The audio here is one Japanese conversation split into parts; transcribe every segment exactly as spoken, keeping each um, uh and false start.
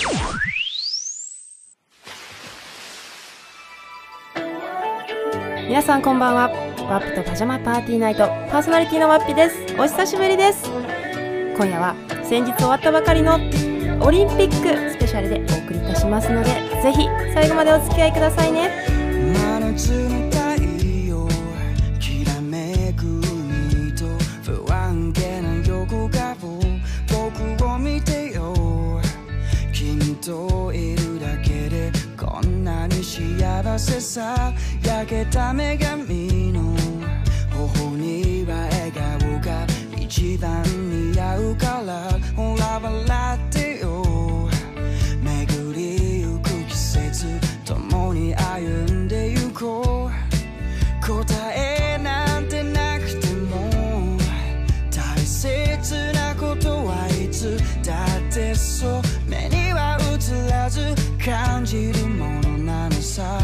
皆さんこんばんは。ワッピとパジャマパーティーナイトパーソナリティのワッピです。お久しぶりです。今夜は先日終わったばかりのオリンピックスペシャルでお送りいたしますので、ぜひ最後までお付き合いくださいね。 真夏の太陽きらめく海と不安げな横顔、僕を見てよ。君といるだけでこんなに幸せさ。焼けた女神の頬には笑顔が一番似合うから、ほら笑ってよ。巡りゆく季節共に歩んでゆこう。答えなんてなくても大切なことはいつだってそう。目には映らず感じるものなのさ。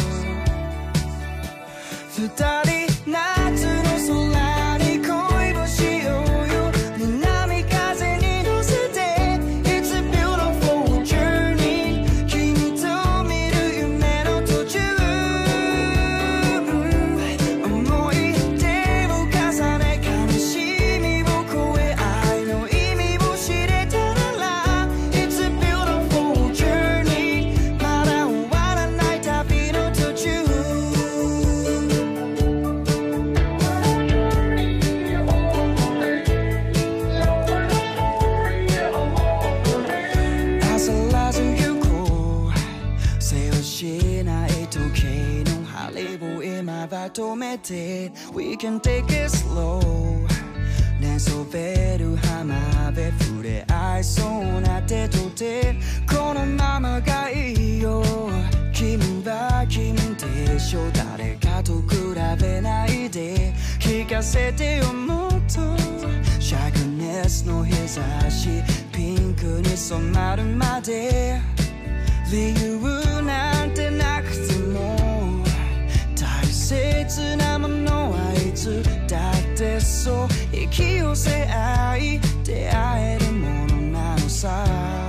二人夏の空に恋をしようよ。南風に乗せて It's a beautiful journey。 君と見る夢の途中、思い出を重ね悲しみを超え愛の意味を知れたなら It's a beautiful journey。 まだ終わらない旅の途中。焦らず行こう。せわしない時計の針を今は止めて We can take it slow。 寝そべる浜辺触れ合いそうな手と手、このままがいいよ。君は君でしょ、誰かと比べないで。聞かせてよもっと。シャグネスの日差しピンクに染まるまで。理由なんてなくても大切なものはいつだってそう。引き寄せ合い出会えるものなのさ。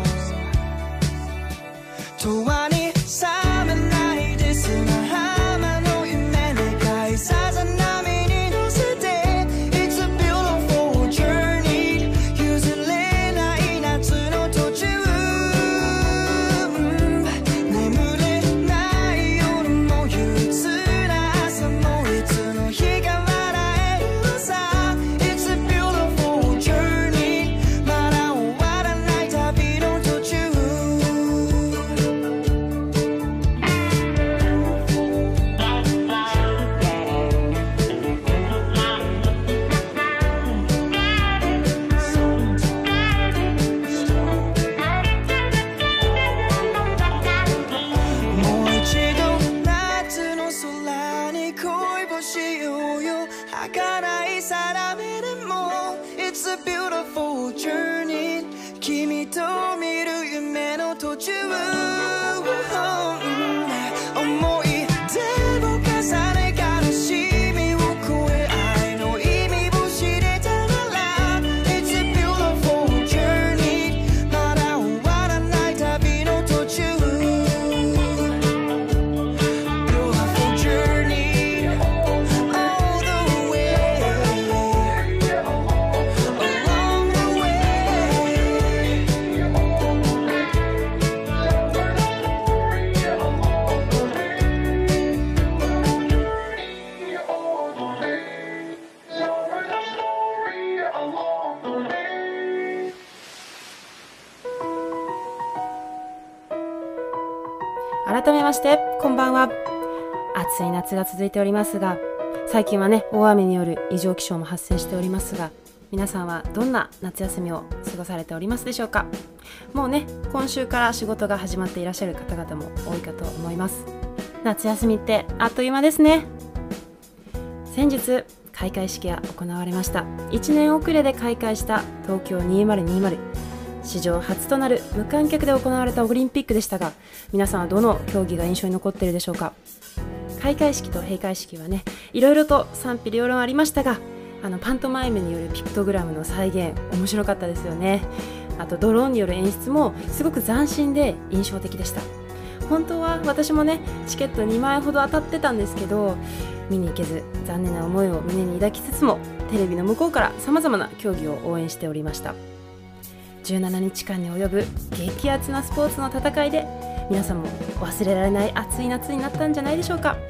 永遠に冷めないで砂浜の夢願いさざ波に乗せて It's a beautiful journey。 譲れない夏の途中、眠れない夜も憂鬱な朝もいつの日か笑えるのさ。 It's a beautiful journey。 まだ終わらない旅の途中。もう一度夏の空に恋をしようよ。儚い定めでも It's a beautiful journey。 君と見る夢の途中、思い出を重ね悲しみを超え愛の意味を知れたなら It's a beautiful journey。 まだ終わらない旅の途中。 Beautiful journey all the way along the way。 改めましてこんばんは。暑い夏が続いておりますが、最近はね大雨による異常気象も発生しておりますが、皆さんはどんな夏休みを過ごされておりますでしょうか。もうね今週から仕事が始まっていらっしゃる方々も多いかと思います。夏休みってあっという間ですね。先日開会式が行われました。いちねん遅れで開会した東京にせんにじゅう、史上初となる無観客で行われたオリンピックでしたが、皆さんはどの競技が印象に残っているでしょうか。開会式と閉会式はねいろいろと賛否両論ありましたが、あのパントマイムによるピクトグラムの再現面白かったですよね。 あとドローンによる演出もすごく斬新で印象的でした。本当は私もねチケットにまいほど当たってたんですけど、見に行けず残念な思いを胸に抱きつつも、テレビの向こうからさまざまな競技を応援しておりました。じゅうななにちかんに及ぶ激アツなスポーツの戦いで、皆さんも忘れられない暑い夏になったんじゃないでしょうか。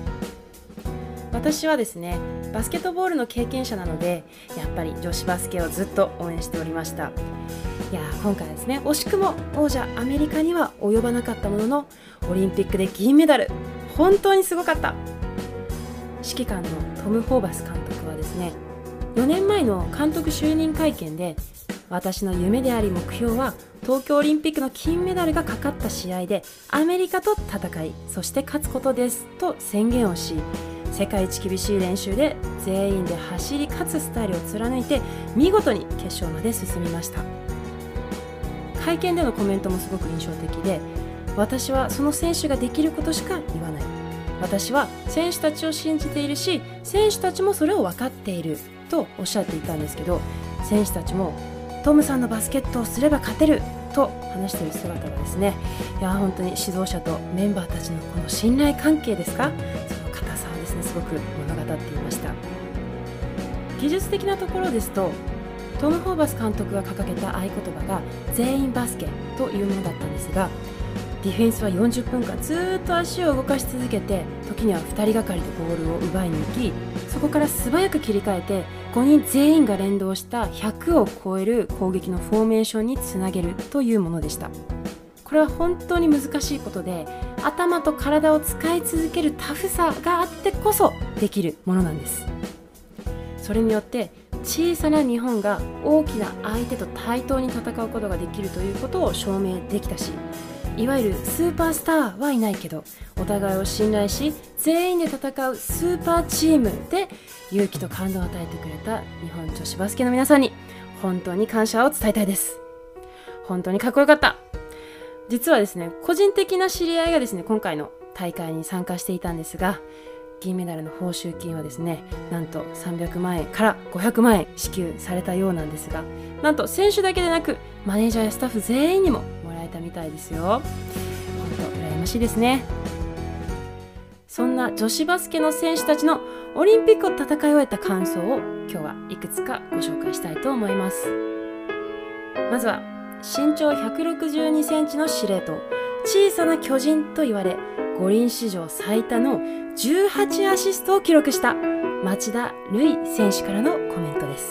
私はですねバスケットボールの経験者なので、やっぱり女子バスケをずっと応援しておりました。いや今回ですね、惜しくも王者アメリカには及ばなかったものの、オリンピックで銀メダル、本当にすごかった。指揮官のトム・ホーバス監督はですね、よねんまえの監督就任会見で、私の夢であり目標は東京オリンピックの金メダルがかかった試合でアメリカと戦い、そして勝つことですと宣言をし、世界一厳しい練習で全員で走り勝つスタイルを貫いて、見事に決勝まで進みました。会見でのコメントもすごく印象的で、私はその選手ができることしか言わない、私は選手たちを信じているし、選手たちもそれを分かっているとおっしゃっていたんですけど、選手たちもトムさんのバスケットをすれば勝てると話している姿がですね、いや本当に指導者とメンバーたちのこの信頼関係ですか、その硬さをですねすごく物語っていました。技術的なところですと、トム・ホーバス監督が掲げた合言葉が全員バスケというものだったんですが、ディフェンスはよんじゅっぷんかんずっと足を動かし続けて、時にはふたりがかりでボールを奪いに行き、そこから素早く切り替えてごにん全員が連動したひゃくを超える攻撃のフォーメーションにつなげるというものでした。これは本当に難しいことで、頭と体を使い続けるタフさがあってこそできるものなんです。それによって小さな日本が大きな相手と対等に戦うことができるということを証明できたし、いわゆるスーパースターはいないけど、お互いを信頼し全員で戦うスーパーチームで勇気と感動を与えてくれた日本女子バスケの皆さんに本当に感謝を伝えたいです。本当にかっこよかった。実はですね、個人的な知り合いがですね今回の大会に参加していたんですが、銀メダルの報酬金はですね、なんとさんびゃくまんえんからごひゃくまんえん支給されたようなんですが、なんと選手だけでなくマネージャーやスタッフ全員にももらえたみたいですよ。本当羨ましいですね。そんな女子バスケの選手たちのオリンピックを戦い終えた感想を今日はいくつかご紹介したいと思います。まずは身長ひゃくろくじゅうにセンチの司令塔、小さな巨人と言われ五輪史上最多のじゅうはちアシストを記録した町田瑠唯選手からのコメントです。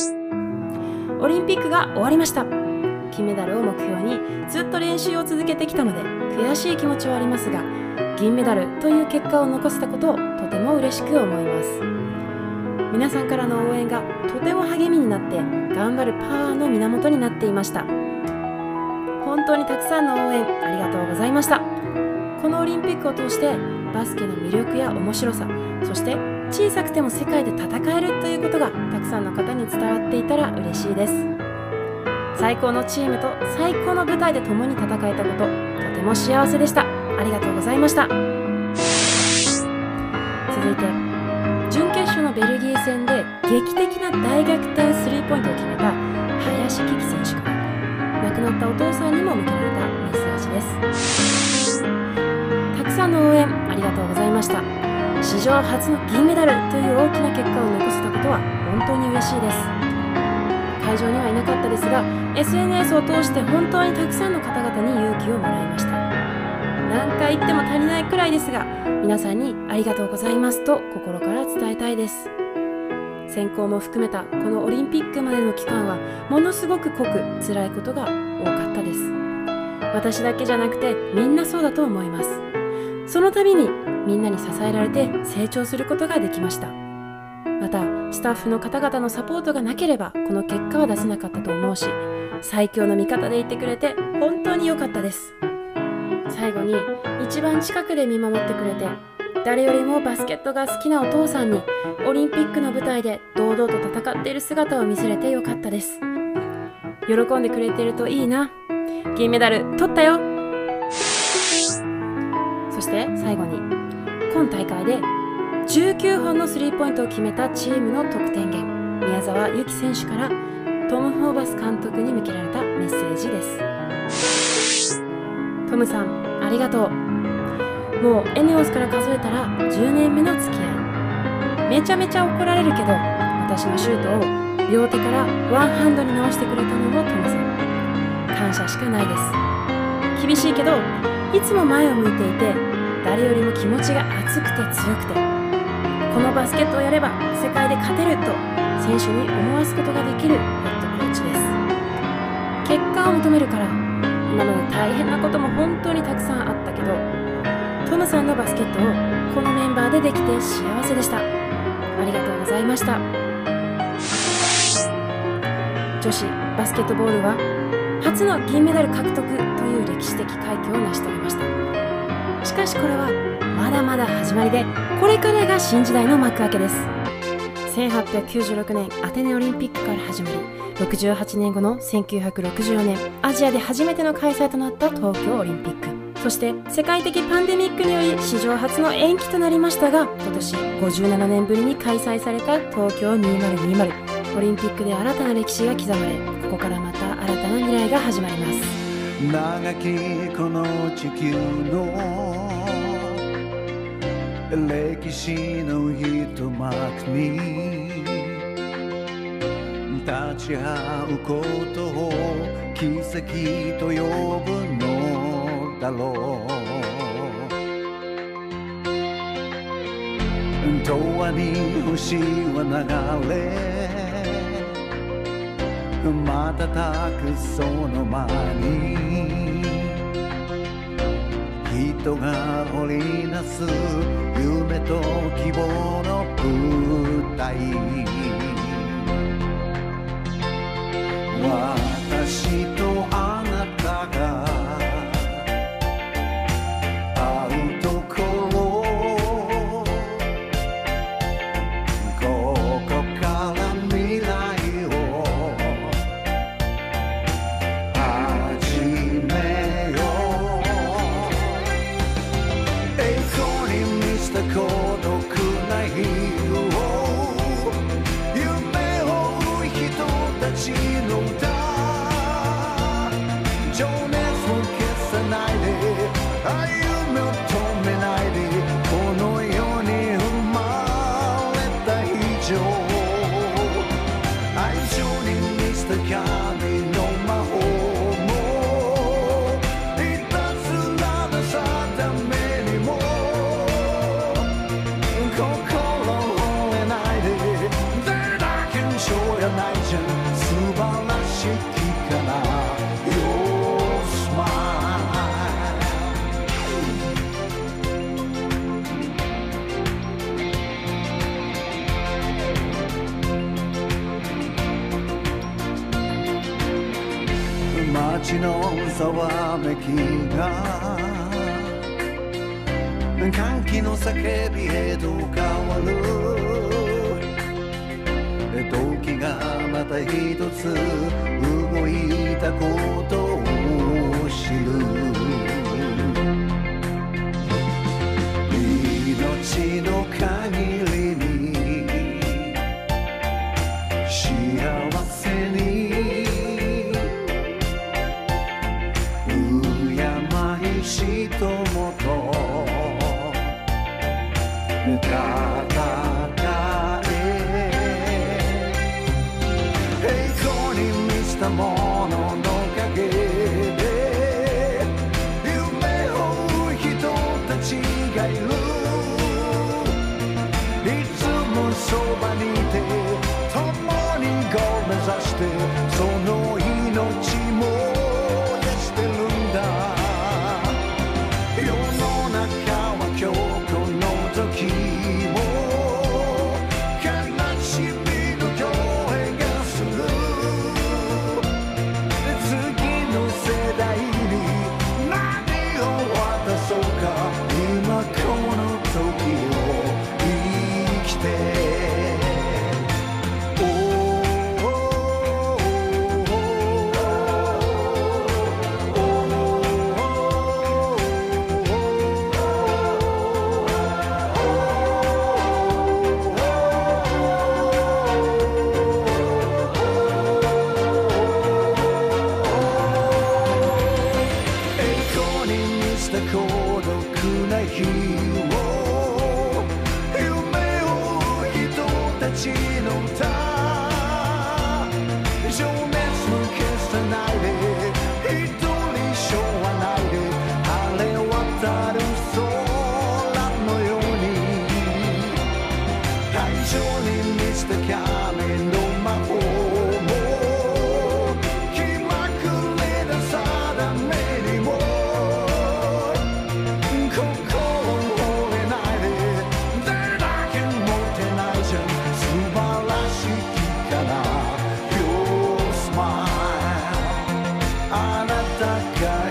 オリンピックが終わりました。金メダルを目標にずっと練習を続けてきたので悔しい気持ちはありますが、銀メダルという結果を残せたことをとても嬉しく思います。皆さんからの応援がとても励みになって頑張るパワーの源になっていました。本当にたくさんの応援ありがとうございました。このオリンピックを通してバスケの魅力や面白さ、そして小さくても世界で戦えるということがたくさんの方に伝わっていたら嬉しいです。最高のチームと最高の舞台で共に戦えたこと、とても幸せでした。ありがとうございました。続いて準決勝のベルギー戦で劇的な大逆転スリーポイントを決めた林希希選手から亡くなったお父さんにも向けられたメッセージです。たくさんの応援ありがとうございました。史上初の銀メダルという大きな結果を残せたことは本当に嬉しいです。会場にはいなかったですが エスエヌエス を通して本当にたくさんの方々に勇気をもらいました。何回言っても足りないくらいですが、皆さんにありがとうございますと心から伝えたいです。選考も含めたこのオリンピックまでの期間はものすごく濃く辛いことが多かったです。私だけじゃなくてみんなそうだと思います。その度にみんなに支えられて成長することができました。またスタッフの方々のサポートがなければこの結果は出せなかったと思うし、最強の味方でいてくれて本当に良かったです。最後に一番近くで見守ってくれて、誰よりもバスケットが好きなお父さんにオリンピックの舞台で堂々と戦っている姿を見せれてよかったです。喜んでくれているといいな。銀メダル取ったよ。そして最後に今大会でじゅうきゅうほんのスリーポイントを決めたチームの得点源宮澤由紀選手からトム・ホーバス監督に向けられたメッセージです。トムさん、ありがとう。もうエネオスから数えたらじゅうねんめの付き合い。めちゃめちゃ怒られるけど、私のシュートを両手からワンハンドに直してくれたのもトムさん。感謝しかないです。厳しいけど、いつも前を向いていて、誰よりも気持ちが熱くて強くて、このバスケットをやれば世界で勝てると選手に思わすことができるヘッドコーチです。結果を求めるから、今まで大変なことも本当にたくさんあったけど、トムさんのバスケットをこのメンバーでできて幸せでした。ありがとうございました。女子バスケットボールは初の銀メダル獲得という歴史的快挙を成し遂げました。しかしこれはまだまだ始まりで、これからが新時代の幕開けです。せんはっぴゃくきゅうじゅうろくねんアテネオリンピックから始まり、ろくじゅうはちねんごのせんきゅうひゃくろくじゅうよねんアジアで初めての開催となった東京オリンピック、そして世界的パンデミックにより史上初の延期となりましたが、今年ごじゅうななねんぶりに開催された東京にせんにじゅう、オリンピックで新たな歴史が刻まれ、ここからまた新たな未来が始まります。 長きこの地球の歴史の一幕に立ち会うことを奇跡と呼ぶのだろう。永遠に星は流れ瞬くその間に人が織りなす夢と希望の舞台、私とあなたが会うところ、ここから未来を始めよう。栄光に満ちた孤独な日を夢を追う人たちの歌、情熱を消さないで、歩みを止めないで、この世に生まれた以上、愛情に満ちた神の魔法もいたずらな定めにも心折れないで、誰だけ現象やないじゃん、素晴らしきから Your smile。 街のざわめきが歓喜の叫びへと変わる。時がまた一つ動いたことを知る。命の限りに幸せに敬い人もと戦え、栄光に満ちたものの陰で夢を追う人たちがいる。いつもそばにいて共にゴール目指して、その命も燃やしてるんだ。世の中は今日この時も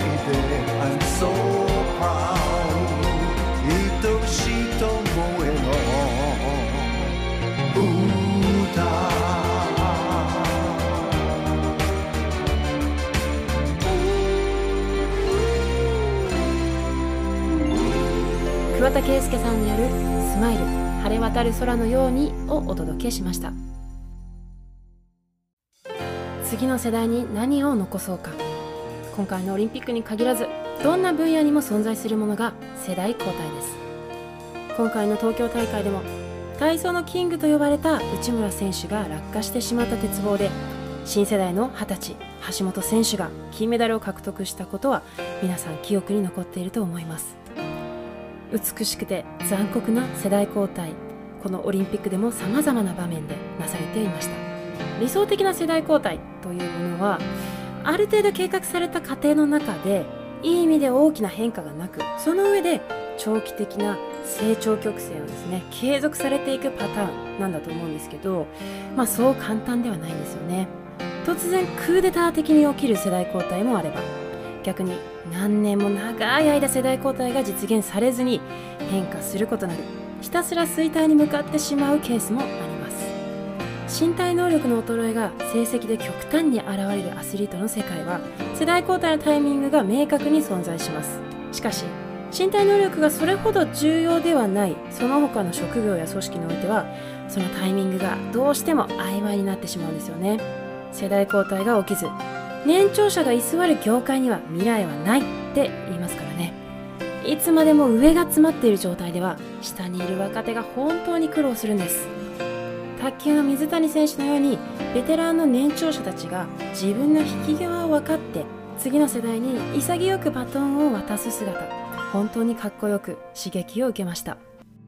で I'm so proud 愛しい友への歌桑田佳祐さんによるスマイル晴れ渡る空のようにをお届けしました。次の世代に何を残そうか。今回のオリンピックに限らずどんな分野にも存在するものが世代交代です。今回の東京大会でも体操のキングと呼ばれた内村選手が落下してしまった鉄棒で新世代のはたち橋本選手が金メダルを獲得したことは皆さん記憶に残っていると思います。美しくて残酷な世代交代、このオリンピックでもさまざまな場面でなされていました。理想的な世代交代というものはある程度計画された過程の中でいい意味で大きな変化がなく、その上で長期的な成長曲線をですね継続されていくパターンなんだと思うんですけど、まあそう簡単ではないんですよね。突然クーデター的に起きる世代交代もあれば、逆に何年も長い間世代交代が実現されずに変化することなくひたすら衰退に向かってしまうケースもあります。身体能力の衰えが成績で極端に現れるアスリートの世界は世代交代のタイミングが明確に存在します。しかし身体能力がそれほど重要ではないその他の職業や組織においてはそのタイミングがどうしても曖昧になってしまうんですよね。世代交代が起きず年長者が居座る業界には未来はないって言いますからね。いつまでも上が詰まっている状態では下にいる若手が本当に苦労するんです。卓球の水谷選手のようにベテランの年長者たちが自分の引き際を分かって次の世代に潔くバトンを渡す姿、本当にかっこよく刺激を受けました。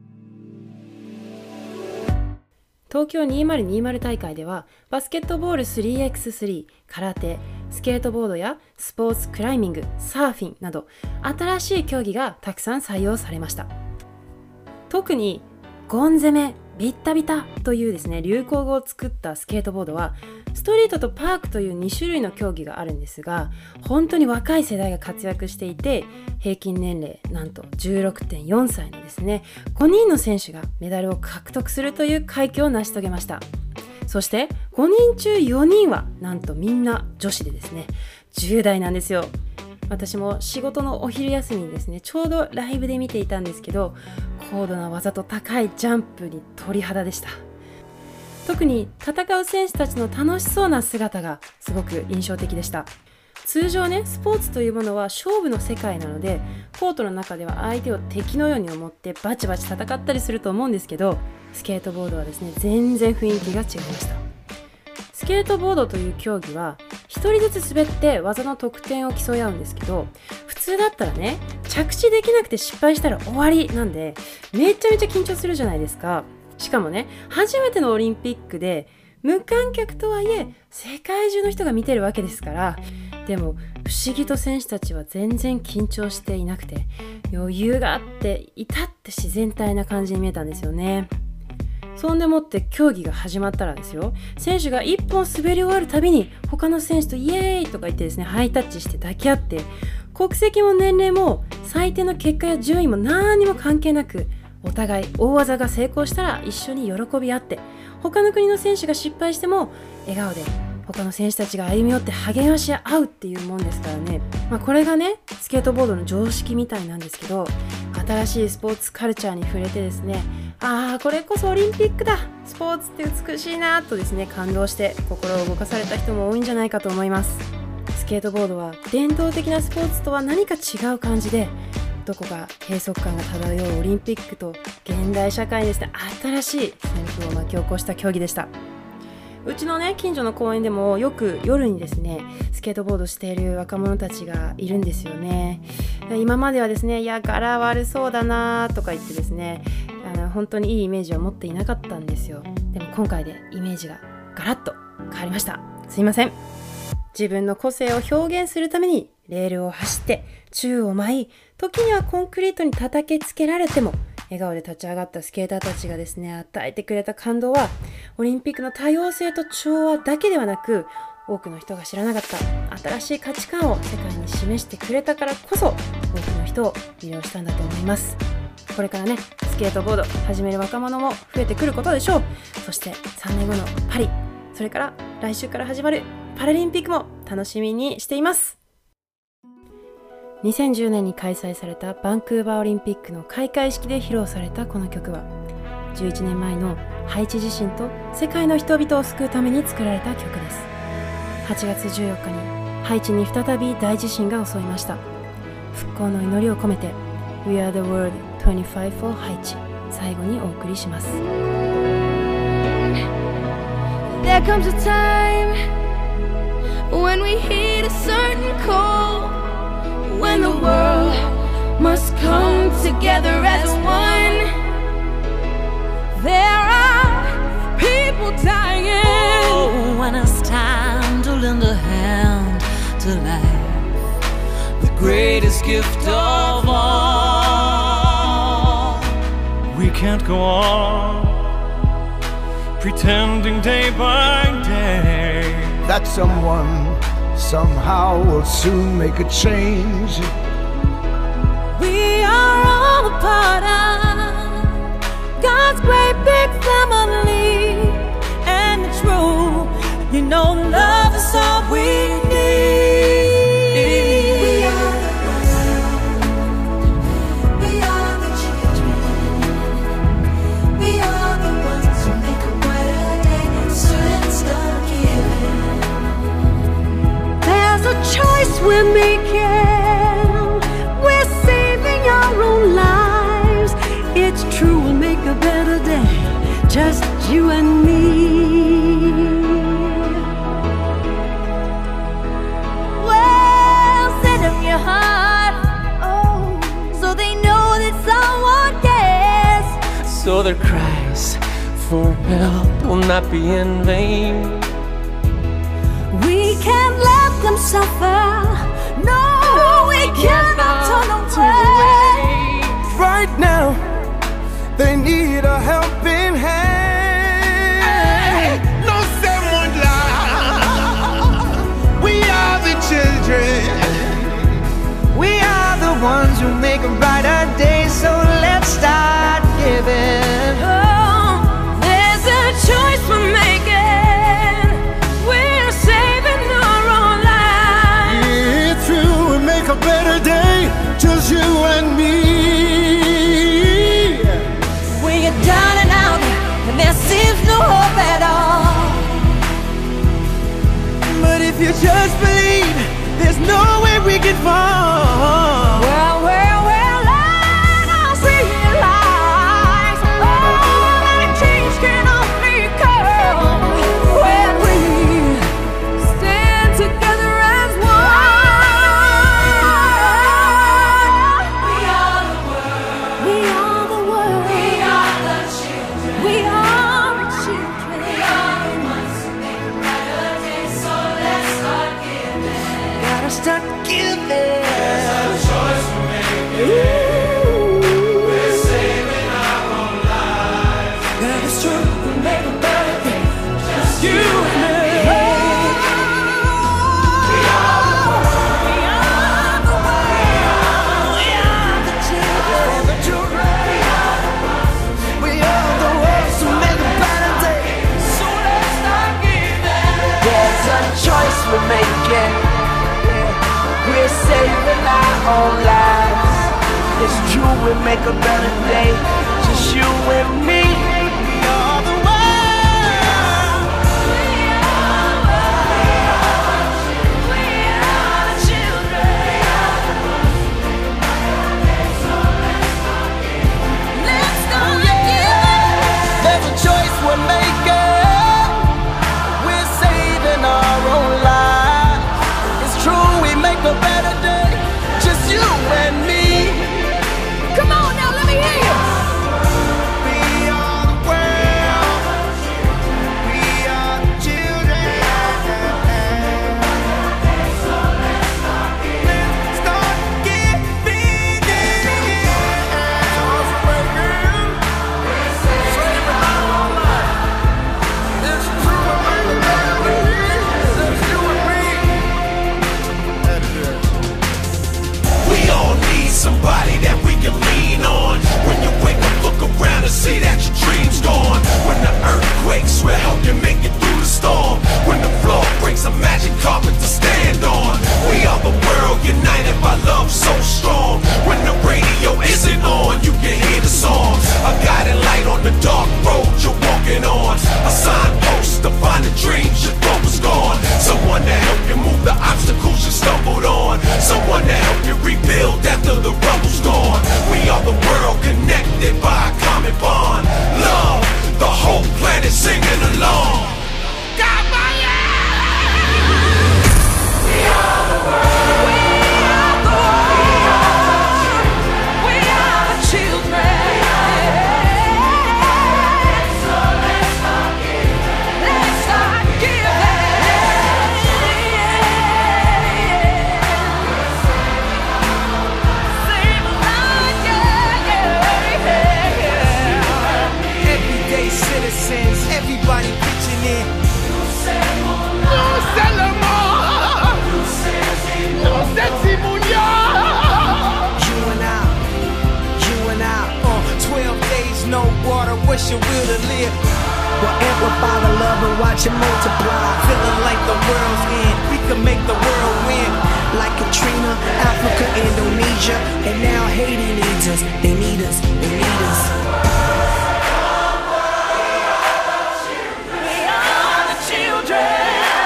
東京にせんにじゅう大会ではバスケットボール スリーエックススリー、空手、スケートボードやスポーツクライミング、サーフィンなど新しい競技がたくさん採用されました。特にゴン攻め、ビッタビタというですね流行語を作ったスケートボードはストリートとパークというに種類の競技があるんですが、本当に若い世代が活躍していて平均年齢なんと じゅうろくてんよん 歳のですねごにんの選手がメダルを獲得するという快挙を成し遂げました。そしてごにん中よにんはなんとみんな女子でですねじゅう代なんですよ。私も仕事のお昼休みにですねちょうどライブで見ていたんですけど、高度な技と高いジャンプに鳥肌でした。特に戦う選手たちの楽しそうな姿がすごく印象的でした。通常ねスポーツというものは勝負の世界なのでコートの中では相手を敵のように思ってバチバチ戦ったりすると思うんですけど、スケートボードはですね全然雰囲気が違いました。スケートボードという競技はひとりずつ滑って技の得点を競い合うんですけど、普通だったらね着地できなくて失敗したら終わりなんでめちゃめちゃ緊張するじゃないですか。しかもね初めてのオリンピックで無観客とはいえ世界中の人が見てるわけですから、でも不思議と選手たちは全然緊張していなくて余裕があって至って自然体な感じに見えたんですよね。そんでもって競技が始まったらですよ、選手が一本滑り終わるたびに他の選手とイエーイとか言ってですねハイタッチして抱き合って、国籍も年齢も採点の結果や順位も何にも関係なくお互い大技が成功したら一緒に喜び合って、他の国の選手が失敗しても笑顔で他の選手たちが歩み寄って励まし合うっていうもんですからね、まあ、これがねスケートボードの常識みたいなんですけど、新しいスポーツカルチャーに触れてですね、ああこれこそオリンピックだ、スポーツって美しいなとですね感動して心を動かされた人も多いんじゃないかと思います。スケートボードは伝統的なスポーツとは何か違う感じで、どこか閉塞感が漂うオリンピックと現代社会にですね新しい旋風を巻き起こした競技でした。うちのね近所の公園でもよく夜にですねスケートボードしている若者たちがいるんですよね。今まではですねいや柄悪そうだなとか言ってですねあの本当にいいイメージを持っていなかったんですよ。でも今回でイメージがガラッと変わりました。すいません。自分の個性を表現するためにレールを走って宙を舞い、時にはコンクリートに叩きつけられても笑顔で立ち上がったスケーターたちがですね与えてくれた感動は、オリンピックの多様性と調和だけではなく、多くの人が知らなかった新しい価値観を世界にに示してくれたからこそ多くの人を魅了したんだと思います。これからねスケートボード始める若者も増えてくることでしょう。そしてさんねんごのパリ、それから来週から始まるパラリンピックも楽しみにしています。にせんじゅうねんに開催されたバンクーバーオリンピックの開会式で披露されたこの曲はじゅういちねんまえのハイチ地震と世界の人々を救うために作られた曲です。はちがつじゅうよっかにハイチに再び大地震が襲いました。復興の祈りを込めて We are the world twenty-five for ハイチ、最後にお送りします。 There comes a time when we hit a certain call, when the world must come together as one. There are people dying. Oh, when it's time to lend a hand to life, the greatest gift of all. We can't go on pretending day by day that someone somehow will soon make a change. We are all a part of God's great big family, and it's true, you know, love is all we need. We are the world, we are the children, we are the ones who make a brighter day, so let's start giving. There's a choice we're making, we're saving our own lives. It's true, we'll make a better day, just you and me. Well, send them your heart, oh, so they know that someone cares. so their cries for help will not be in vain. We can't let them suffer, no, we cannot turn away. Right now, they need a helping hand. No someone lie. We are the children. We are the ones who make a brighter day. So let's start giving. Oh, there's a choice we're making. We're saving our own lives. It's true, we make a better day, just you and me. When you're down and out and there seems no hope at all, But if you just believe, there's no way we can fall. well, well, well, let us realize, oh, that change can only come when we stand together as one. We are the world. We are the world. We are the children. We are the children. We are the ones who make a brighter day. So let's start giving. Gotta start giving. That is true. We make a better day. Just you and me. We are the world. We are the world. We are the children. The children. We are the ones who make a better day. So let's start giving. There's a choice we're making. We're saving our own lives. It's true, we make a better day. Just you and me. We are the world. We are the children. Let's start giving. There's a choice we're making. We're saving our own lives. It's true, we make a better day. Just you and me. Come on now, let me hear you. We are somebody that we can lean on. When you wake up, look around and see that your dream's gone. When the earth quakes, we'll help you make it through the storm. When the floor breaks, a magic carpet to stand on. We are the world united by love so strong. When the radio isn't on, you can hear the songs. A guiding light on the dark road you're walking on. A signpost to find the dreams you thought was gone. Someone to help you move the obstacles you stumbled on. Someone to help you rebuild after the rubble's gone. We are the world connected by a common bond. Love, the whole planet singing along. God, my we are the world. We are the world. We are the children. So let's start giving. Let's start giving. Save a life, yeah, yeah, yeah. Everyday citizens, everybody pitching in. You and I, you and I, uh, twelve days, no water, what's your will to live? Well, amplify the love and watch it multiply. Feeling like the world's end, we can make the world win. Like Katrina, Africa, Indonesia, and now Haiti needs us. They need us, they need us. We are the children.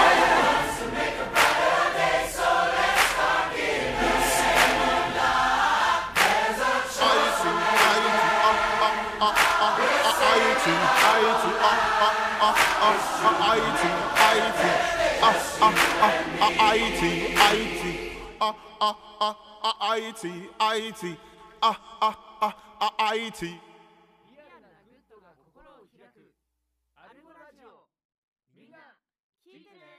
I T みんな聞いてね。